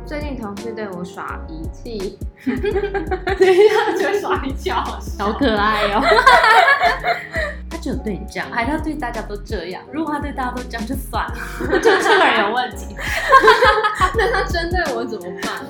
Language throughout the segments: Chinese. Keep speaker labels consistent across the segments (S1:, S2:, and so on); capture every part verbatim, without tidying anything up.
S1: 最近同事对我耍脾气，
S2: 等一下觉得耍脾气好笑，
S1: 好可爱哦。
S2: 他只有对你这样，还是他对大家都这样？如果他对大家都这样就算了，就这个人有问题。
S1: 那他针对我怎么办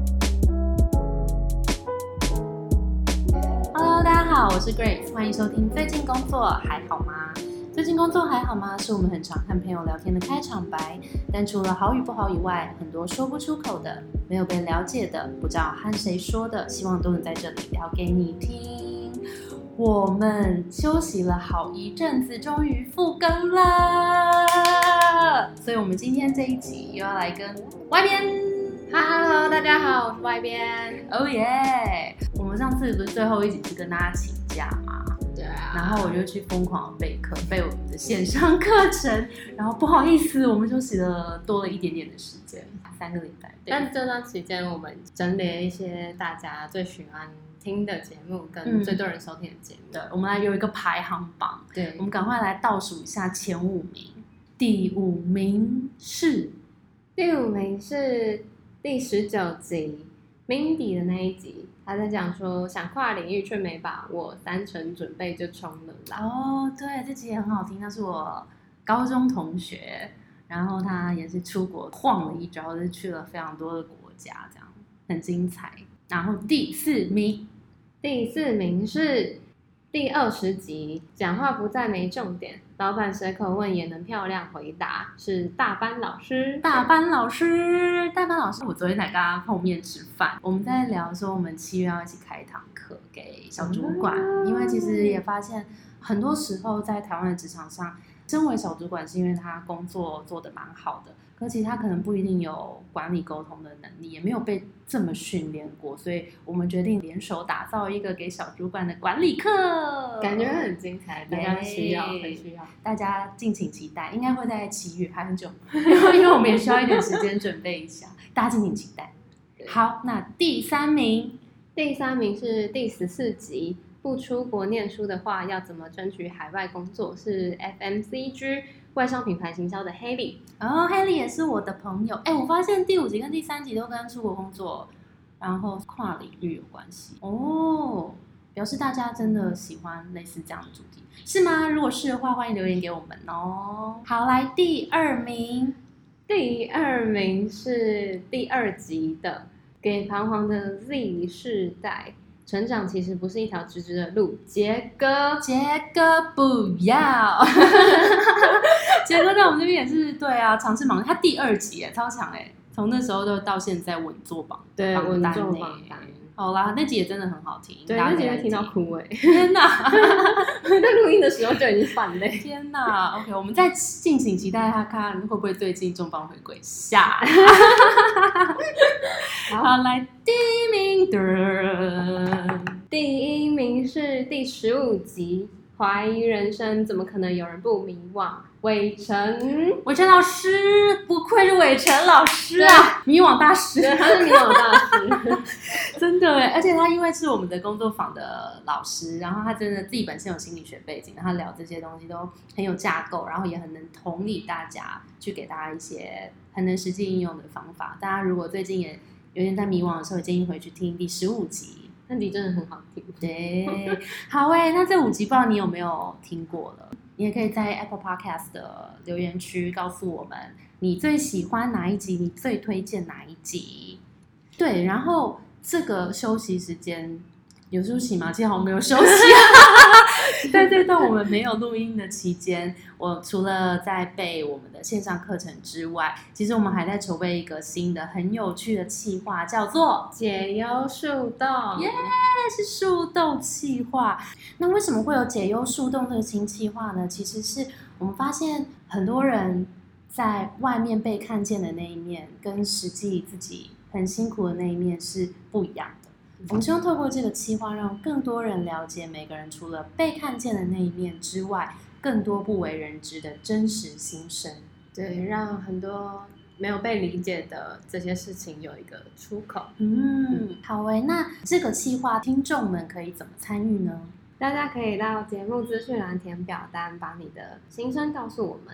S2: ？Hello， 大家好，我是 Grace， 欢迎收听最近工作还好吗？最近工作还好吗？是我们很常和朋友聊天的开场白，但除了好与不好以外，很多说不出口的、没有被了解的、不知道和谁说的，希望都能在这里聊给你听。我们休息了好一阵子，终于复更了，所以我们今天这一集又要来跟外边。
S1: Hello， 大家好，我是外边。
S2: Oh yeah！ 我们上次不是最后一集是跟大家请假吗？
S1: 对啊。
S2: 然后我就去疯狂的备课，备我们的线上课程。然后不好意思，我们休息了多了一点点的时间，三个礼拜。
S1: 但这段期间，我们整理了一些大家最喜欢听的节目，跟最多人收听的节目。
S2: 嗯、对，我们来有一个排行榜。
S1: 对，
S2: 我们赶快来倒数一下前五名。第五名是，
S1: 第五名是。第十九集 Mindy 的那一集，他在讲说想跨领域却没把握，三成准备就冲了啦。
S2: 哦，对，这集也很好听，那是我高中同学，然后他也是出国晃了一遭，就是去了非常多的国家，这样很精彩。然后第四名，
S1: 第四名是第二十集，讲话不再没重点。老板随口问也能漂亮回答，是大班老师。
S2: 大班老师，大班老师，我昨天才跟他碰面吃饭，我们在聊说我们七月要一起开一堂课给小主管，嗯、因为其实也发现很多时候在台湾的职场上，身为小主管是因为他工作做得蛮好的，可其实他可能不一定有管理沟通的能力，也没有被这么训练过，所以我们决定联手打造一个给小主管的管理课，
S1: 感觉很精彩，大家需要，很需要，
S2: 大家敬请期待，应该会在七月，还很久，因为我们也需要一点时间准备一下，大家敬请期待。好，那第三名，
S1: 第三名是第十四集。不出国念书的话，要怎么争取海外工作？是 F M C G 外商品牌行销的 Haley。
S2: 哦 ，Haley 也是我的朋友。哎，我发现第五集跟第三集都跟出国工作，然后跨领域有关系哦，表示大家真的喜欢类似这样的主题，是吗？如果是的话，欢迎留言给我们哦。好，来第二名，
S1: 第二名是第二集的给彷徨的 Z 世代。成长其实不是一条直直的路，杰哥，
S2: 杰哥不要，杰哥在我们这边也是对啊，尝试榜他第二集哎，超强哎，从那时候都到现在稳坐榜，
S1: 对，稳坐
S2: 榜单。好啦，那集也真的很好听，
S1: 对，那集会听到哭哎，
S2: 天哪！
S1: 在录音的时候就已经泛泪，
S2: 天哪 ！OK， 我们再敬请期待他看会不会最近重磅回归下。好，来第一名的，
S1: 第一名是第十五集，怀疑人生，怎么可能有人不迷惘？伟成，
S2: 伟成老师，不愧是伟成老师啊，迷惘大师，
S1: 他是迷惘大师，
S2: 真的耶，而且他因为是我们的工作坊的老师，然后他真的自己本身有心理学背景，然后聊这些东西都很有架构，然后也很能同理大家，去给大家一些很能实际应用的方法。大家如果最近也有点在迷惘的时候，建议回去听第十五集，
S1: 那集真的很好听。
S2: 对，好诶，那这五集不知道你有没有听过了？你也可以在 Apple Podcast 的留言区告诉我们你最喜欢哪一集，你最推荐哪一集。对，然后这个休息时间有休息吗？其实好像没有休息。在这段我们没有录音的期间，我除了在备我们的线上课程之外，其实我们还在筹备一个新的很有趣的企划，叫做
S1: 解忧树洞。
S2: 耶、yeah, 是树洞企划。那为什么会有解忧树洞这个新企划呢？其实是我们发现很多人在外面被看见的那一面，跟实际自己很辛苦的那一面是不一样的。我们希望透过这个企划，让更多人了解每个人除了被看见的那一面之外，更多不为人知的真实心声。
S1: 对，让很多没有被理解的这些事情有一个出口。
S2: 嗯，好诶，那这个企划听众们可以怎么参与呢？
S1: 大家可以到节目资讯栏填表单，把你的心声告诉我们。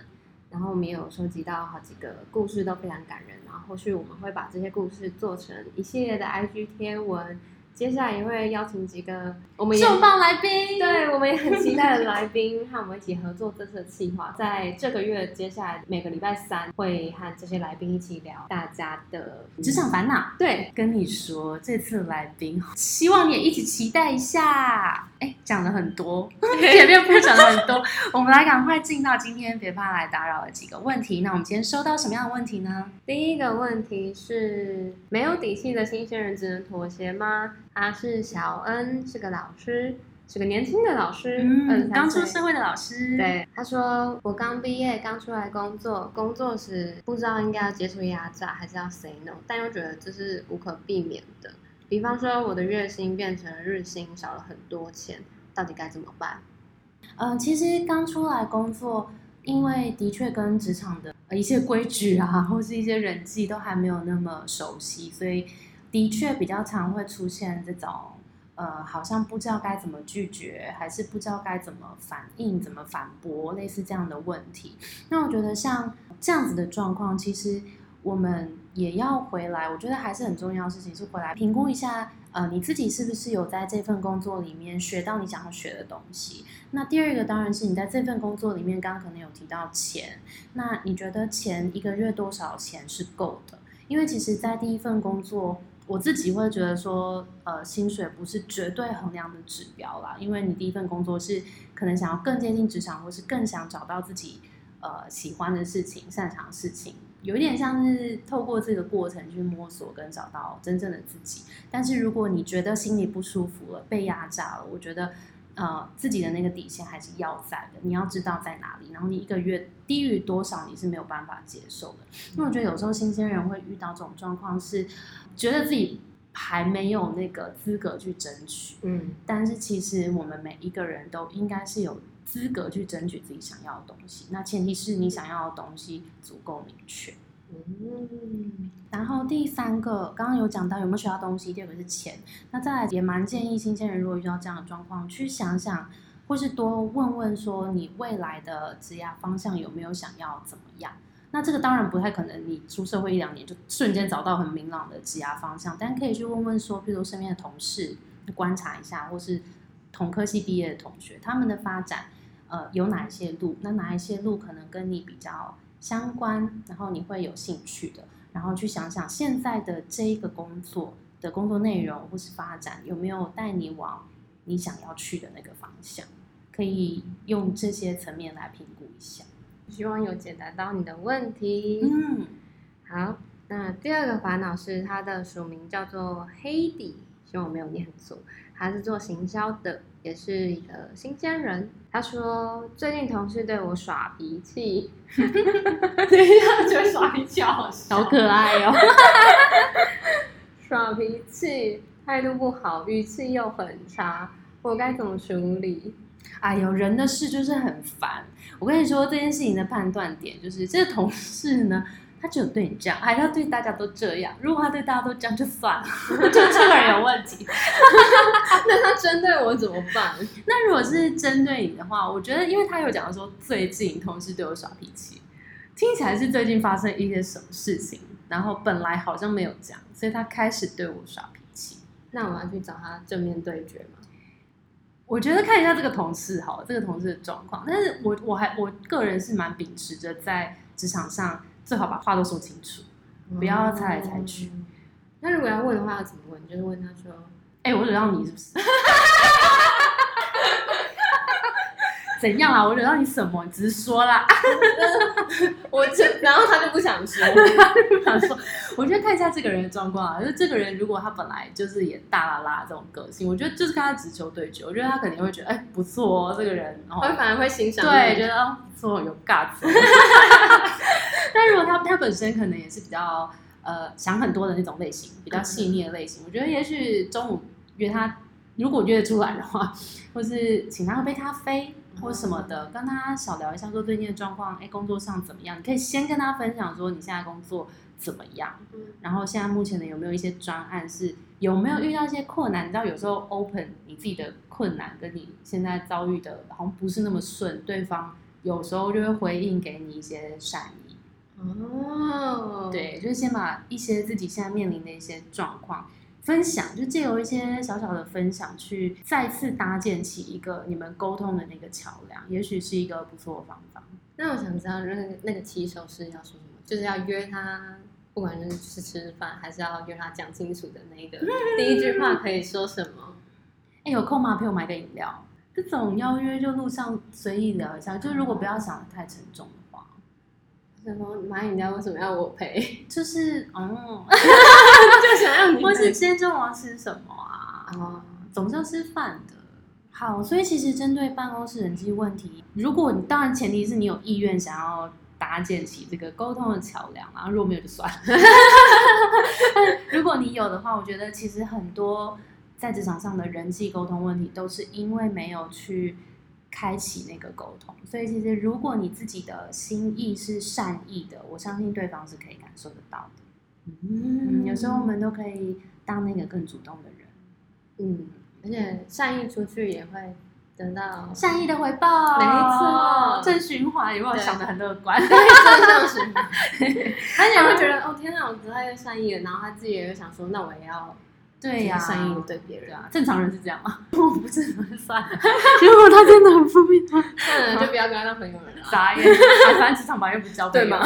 S1: 然后我们也有收集到好几个故事都非常感人，然后后续我们会把这些故事做成一系列的 I G 贴文，接下来也会邀请几个我们也
S2: 重磅来宾，
S1: 对我们也很期待的来宾和我们一起合作这次的企划，在这个月接下来每个礼拜三会和这些来宾一起聊大家的
S2: 职场烦恼。
S1: 对，
S2: 跟你说这次的来宾，希望你也一起期待一下。哎，讲了很多，前面不是讲了很多，我们来赶快进到今天别怕来打扰的几个问题。那我们今天收到什么样的问题呢？
S1: 第一个问题是，没有底气的新鲜人只能妥协吗？他是小恩，是个老师，是个年轻的老师，
S2: 嗯，刚出社会的老师。
S1: 对，他说我刚毕业，刚出来工作，工作时不知道应该要接触压榨还是要 say no， 但又觉得这是无可避免的。比方说，我的月薪变成日薪，少了很多钱，到底该怎么办？
S2: 嗯、呃，其实刚出来工作，因为的确跟职场的一些规矩啊，或是一些人际都还没有那么熟悉，所以的确比较常会出现这种呃，好像不知道该怎么拒绝，还是不知道该怎么反应、怎么反驳，类似这样的问题。那我觉得像这样子的状况，其实我们也要回来，我觉得还是很重要的事情是回来评估一下，呃，你自己是不是有在这份工作里面学到你想要学的东西。那第二个当然是你在这份工作里面，刚刚可能有提到钱，那你觉得钱一个月多少钱是够的？因为其实在第一份工作，我自己会觉得说，呃，薪水不是绝对衡量的指标啦，因为你第一份工作是可能想要更接近职场，或是更想找到自己呃喜欢的事情、擅长的事情，有一点像是透过这个过程去摸索跟找到真正的自己。但是如果你觉得心里不舒服了、被压榨了，我觉得呃自己的那个底线还是要在的，你要知道在哪里，然后你一个月低于多少你是没有办法接受的。因为我觉得有时候新鲜人会遇到这种状况是觉得自己还没有那个资格去争取，
S1: 嗯，
S2: 但是其实我们每一个人都应该是有资格去争取自己想要的东西，那前提是你想要的东西足够明确。
S1: 嗯，
S2: 然后第三个刚刚有讲到有没有学到东西，第二个是钱。那再来也蛮建议新鲜人如果遇到这样的状况，去想想或是多问问说你未来的职业方向有没有想要怎么样。那这个当然不太可能，你出社会一两年就瞬间找到很明朗的职业方向，但可以去问问说，比如说身边的同事观察一下，或是同科系毕业的同学，他们的发展呃有哪一些路，那哪一些路可能跟你比较相关，然后你会有兴趣的，然后去想想现在的这一个工作的工作内容或是发展有没有带你往你想要去的那个方向，可以用这些层面来评估一下。
S1: 希望有解答到你的问题。
S2: 嗯，
S1: 好，那第二个烦恼是他的署名叫做黑底，希望我没有念错。他是做行销的，也是一个新鲜人。他说最近同事对我耍脾气，等一下觉得耍脾气好笑，
S2: 好可爱哦。
S1: 耍脾气，态度不好，语气又很差，我该怎么处理？
S2: 哎呦，人的事就是很烦。我跟你说，这件事情的判断点就是，这个同事呢，他只有对你这样，还是他对大家都这样？如果他对大家都这样，就算了，就这个人有问题。
S1: 那他针对我怎么办？
S2: 那如果是针对你的话，我觉得，因为他有讲说最近同事对我耍脾气，听起来是最近发生一些什么事情，然后本来好像没有这样，所以他开始对我耍脾气。
S1: 那我要去找他正面对决吗？
S2: 我觉得看一下这个同事好了，这个同事的状况，但是我我还我个人是蛮秉持着在职场上最好把话都说清楚，不要猜来猜去。
S1: 嗯、那如果要问的话，要怎么问？就是问他说：“
S2: 哎、欸，我惹到你是不是？”怎样啦？我惹到你什么？你直说啦。
S1: 我就然后他就不想说，
S2: 他就不想说。我觉得看一下这个人的状况啊，就是这个人如果他本来就是也大啦啦这种个性，我觉得就是跟他直球对决，我觉得他肯定会觉得哎、欸、不错哦，这个人，
S1: 他反而会欣赏，
S2: 对，觉得哦不错，有 guts。但如果他他本身可能也是比较呃想很多的那种类型，比较细腻的类型，我觉得也许中午约他，如果约得出来的话，或是请他喝杯咖啡。或什么的，跟他小聊一下说最近的状况，哎，工作上怎么样？你可以先跟他分享说你现在工作怎么样，嗯、然后现在目前的有没有一些专案是有没有遇到一些困难？你知道有时候 open 你自己的困难跟你现在遭遇的好像不是那么顺，对方有时候就会回应给你一些善意。
S1: 哦，
S2: 对，就是先把一些自己现在面临的一些状况分享，就借由一些小小的分享，去再次搭建起一个你们沟通的那个桥梁，也许是一个不错的方法。
S1: 那我想知道，那个那个起手是要说什么？就是要约他，不管是吃吃饭，还是要约他讲清楚的那个第一句话可以说什么？
S2: 哎，有空吗？陪我买个饮料。这种邀约就路上随意聊一下，就如果不要想得太沉重的话。
S1: 他说买饮料为什么要我陪？
S2: 就是哦，
S1: 就想让你陪。
S2: 或是今天中午要吃什么啊？
S1: 哦，
S2: 总是要吃饭的。好，所以其实针对办公室人际问题，如果你当然前提是你有意愿想要搭建起这个沟通的桥梁啊，如果没有就算了。如果你有的话，我觉得其实很多在职场上的人际沟通问题都是因为没有去开启那个沟通，所以其实如果你自己的心意是善意的，我相信对方是可以感受得到的。嗯，有时候我们都可以当那个更主动的人。
S1: 嗯，而且善意出去也会得到
S2: 善意的回报，
S1: 没错，
S2: 正循环。有没有想得很乐观？
S1: 对，正向循环。而且会觉得哦，天哪，我得到一个善意的，然后他自己也会想说，那我也要
S2: 对呀、
S1: 善意的对别人。
S2: 对啊，正常人是这样吗？我不正常就算了。如果他真的很负面，
S1: 算了，就不要跟他当朋友了。
S2: 傻眼，啊、反正职场吧又不交朋友，
S1: 对吗？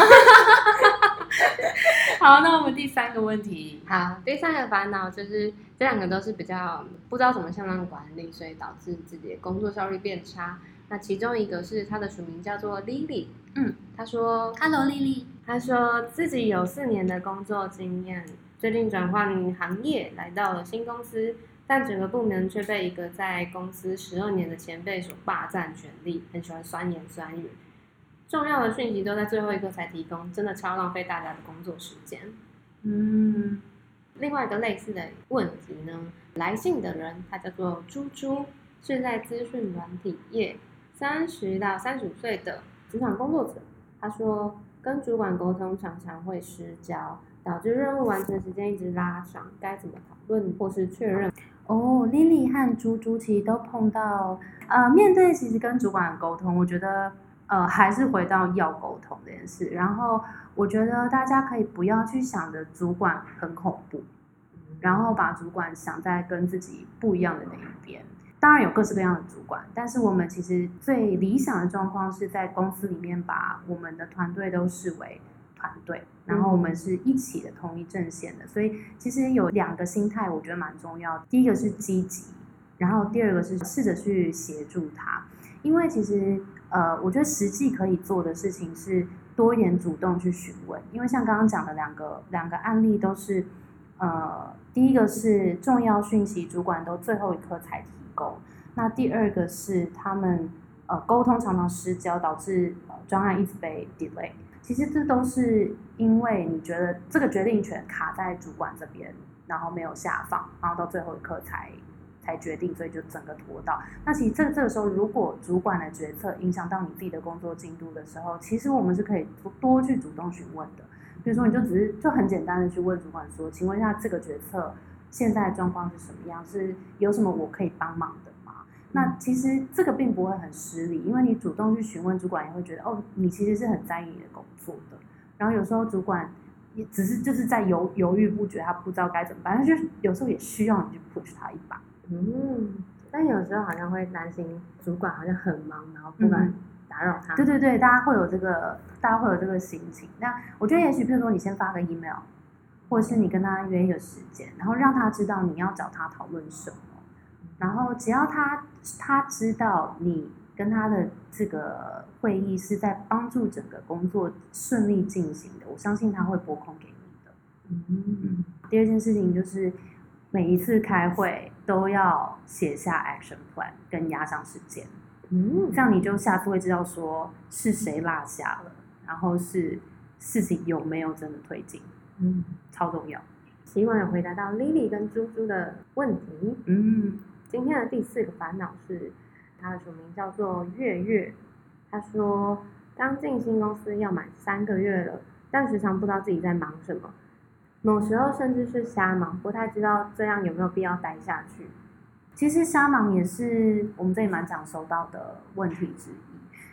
S2: 好，那我们第三个问题。
S1: 好，第三个烦恼就是这两个都是比较不知道怎么向上管理，所以导致自己的工作效率变差。那其中一个是他的署名叫做 Lily，
S2: 嗯，
S1: 他说
S2: ，Hello Lily，
S1: 他说自己有四年的工作经验，最近转换行业来到了新公司，但整个部门却被一个在公司十二年的前辈所霸占权力，很喜欢酸言酸语。重要的讯息都在最后一刻才提供，真的超浪费大家的工作时间。
S2: 嗯，
S1: 另外一个类似的问题呢，来信的人他叫做猪猪，是在资讯软体业三十到三十五岁的职场工作者。他说，跟主管沟通常常会失焦，导致任务完成时间一直拉长，该怎么讨论或是确认？
S2: 哦 ，Lily 和猪猪其实都碰到，呃，面对其实跟主管的沟通，我觉得。呃，还是回到要沟通这件事。然后我觉得大家可以不要去想着主管很恐怖，然后把主管想在跟自己不一样的那一边。当然有各式各样的主管，但是我们其实最理想的状况是在公司里面把我们的团队都视为团队，然后我们是一起的同一阵线的。所以其实有两个心态，我觉得蛮重要的。第一个是积极，然后第二个是试着去协助他，因为其实。呃，我觉得实际可以做的事情是多一点主动去询问，因为像刚刚讲的两个两个案例都是，呃，第一个是重要讯息主管都最后一刻才提供，那第二个是他们呃沟通常常失焦，导致呃专案一直被 delay。其实这都是因为你觉得这个决定权卡在主管这边，然后没有下放，然后到最后一刻才。才决定，所以就整个拖到。那其实这这个时候，如果主管的决策影响到你自己的工作进度的时候，其实我们是可以多去主动询问的。比如说，你就只是就很简单的去问主管说：“请问一下，这个决策现在的状况是什么样？是有什么我可以帮忙的吗？”那其实这个并不会很失礼，因为你主动去询问主管，也会觉得哦，你其实是很在意你的工作的。然后有时候主管也只是就是在犹犹豫不决，他不知道该怎么办，他就有时候也需要你去 push 他一把。
S1: 嗯，但有时候好像会担心主管好像很忙，然后不敢打扰他。
S2: 对对对，大家会有这个，大家会有这个心情。那我觉得也许，比如说你先发个 email， 或者是你跟他约一个时间，然后让他知道你要找他讨论什么，然后只要他他知道你跟他的这个会议是在帮助整个工作顺利进行的，我相信他会拨空给你的。嗯，第二件事情就是。每一次开会都要写下 action plan 跟压上时间，嗯，这样你就下次会知道说是谁落下了，然后是事情有没有真的推进，嗯，超重要。
S1: 希望有回答到 Lily 跟猪猪的问题。嗯，今天的第四个烦恼是，他的署名叫做月月，他说刚进新公司要满三个月了，但时常不知道自己在忙什么。某时候甚至是瞎忙，不太知道这样有没有必要待下去。
S2: 其实瞎忙也是我们这里蛮常收到的问题之一。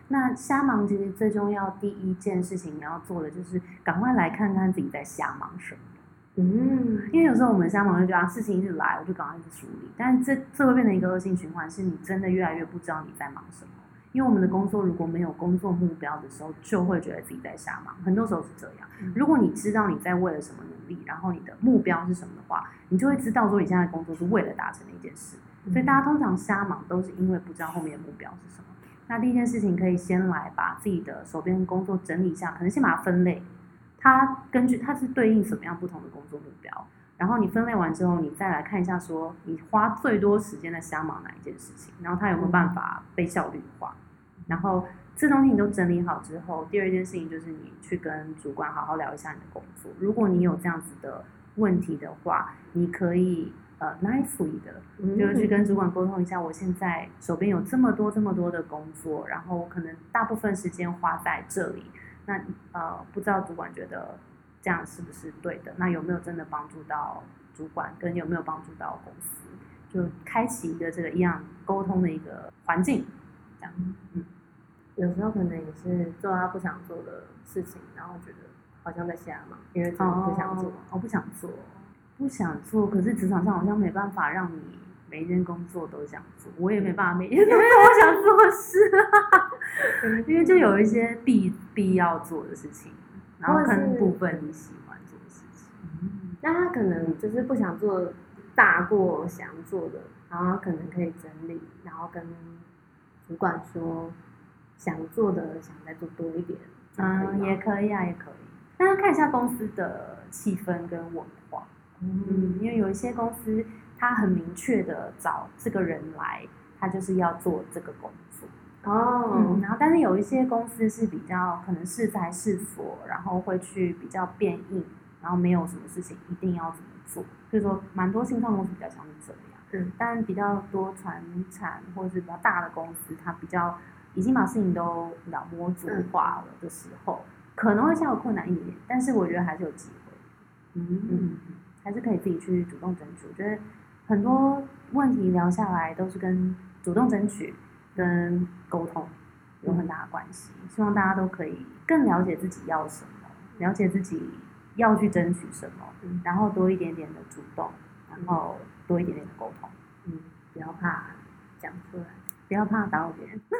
S2: 那瞎忙其实最重要第一件事情你要做的就是赶快来看看自己在瞎忙什么。
S1: 嗯，
S2: 因为有时候我们瞎忙就觉得、啊、事情一直来，我就赶快去处理，但是这这会变成一个恶性循环，是你真的越来越不知道你在忙什么。因为我们的工作如果没有工作目标的时候，就会觉得自己在瞎忙，很多时候是这样。如果你知道你在为了什么努力，然后你的目标是什么的话，你就会知道说你现在的工作是为了达成的一件事。所以大家通常瞎忙都是因为不知道后面的目标是什么。那第一件事情可以先来把自己的手边工作整理一下，可能先把它分类，它根据它是对应什么样不同的工作目标，然后你分类完之后，你再来看一下说你花最多时间在瞎忙哪一件事情，然后它有没有办法被效率化。然后这东西你都整理好之后，第二件事情就是你去跟主管好好聊一下你的工作。如果你有这样子的问题的话，你可以呃 nicely 的，就是去跟主管沟通一下，我现在手边有这么多这么多的工作，然后可能大部分时间花在这里，那呃不知道主管觉得这样是不是对的？那有没有真的帮助到主管，跟有没有帮助到公司？就开启一个这个一样沟通的一个环境，这样。嗯，
S1: 有时候可能也是做他不想做的事情，然后觉得好像在瞎忙，因为真的不想做。
S2: 哦，我不想做，不想做。可是职场上好像没办法让你每一件工作都想做，我也没办法每一件都做我想做的事啊，因为就有一些必必要做的事情，然后可能部分你喜欢做的事情。
S1: 嗯，那他可能就是不想做大过想做的，然后可能可以整理，然后跟主管说想做的想再做多一点。
S2: 嗯，也可以啊，也可以。但要看一下公司的气氛跟文化。嗯，因为有一些公司他很明确的找这个人来，他就是要做这个工作。
S1: 哦，
S2: 嗯，然后但是有一些公司是比较可能适才适所，然后会去比较变硬，然后没有什么事情一定要怎么做。所以说，蛮多新创公司比较像是这样。
S1: 嗯，
S2: 但比较多传产或者是比较大的公司，它比较已经把事情都比较模组化了的时候，可能会稍微困难一点点，但是我觉得还是有机会。嗯嗯，还是可以自己去主动争取。我觉得很多问题聊下来都是跟主动争取跟沟通有很大的关系。希望大家都可以更了解自己要什么，了解自己要去争取什么，然后多一点点的主动，然后多一点点的沟通。
S1: 嗯，不要怕讲出来，
S2: 不要怕打扰别人，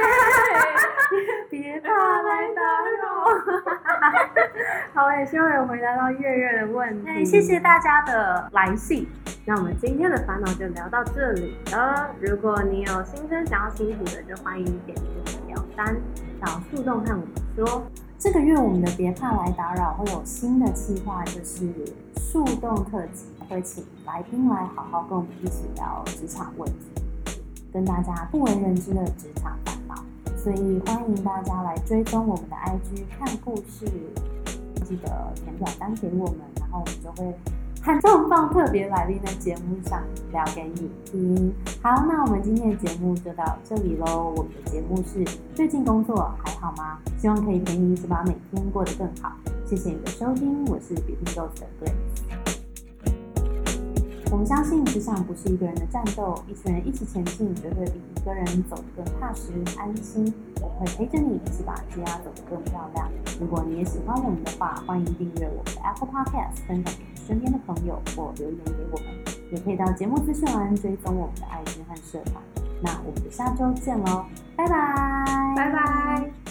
S2: 别怕来打扰。
S1: 好，也希望有回答到月月的问题。
S2: 哎，谢谢大家的来信。
S1: 那我们今天的烦恼就聊到这里了。如果你有新生想要辛苦的，就欢迎点击我们的表单，到树洞和我们说。
S2: 这个月我们的别怕来打扰会有新的计划，就是树洞特辑，会请来宾来好好跟我们一起聊职场问题，跟大家不为人知的职场烦恼。所以欢迎大家来追踪我们的 I G 看故事，记得填表单给我们，然后我们就会和重磅特别来宾的节目上聊给你听。好，那我们今天的节目就到这里咯。我们的节目是最近工作还好吗？希望可以陪你一起把每天过得更好。谢谢你的收听，我是 Between Ghost 的 Grace。我们相信职场不是一个人的战斗，一群人一起前进，绝对比一个人走得更踏实安心。我会陪着你一起把职涯走得更漂亮。如果你也喜欢我们的话，欢迎订阅我们的 Apple Podcast， 分享给你身边的朋友或留言给我们，也可以到节目资讯栏追踪我们的 I G 和社团。那我们就下周见咯，拜拜，
S1: 拜拜。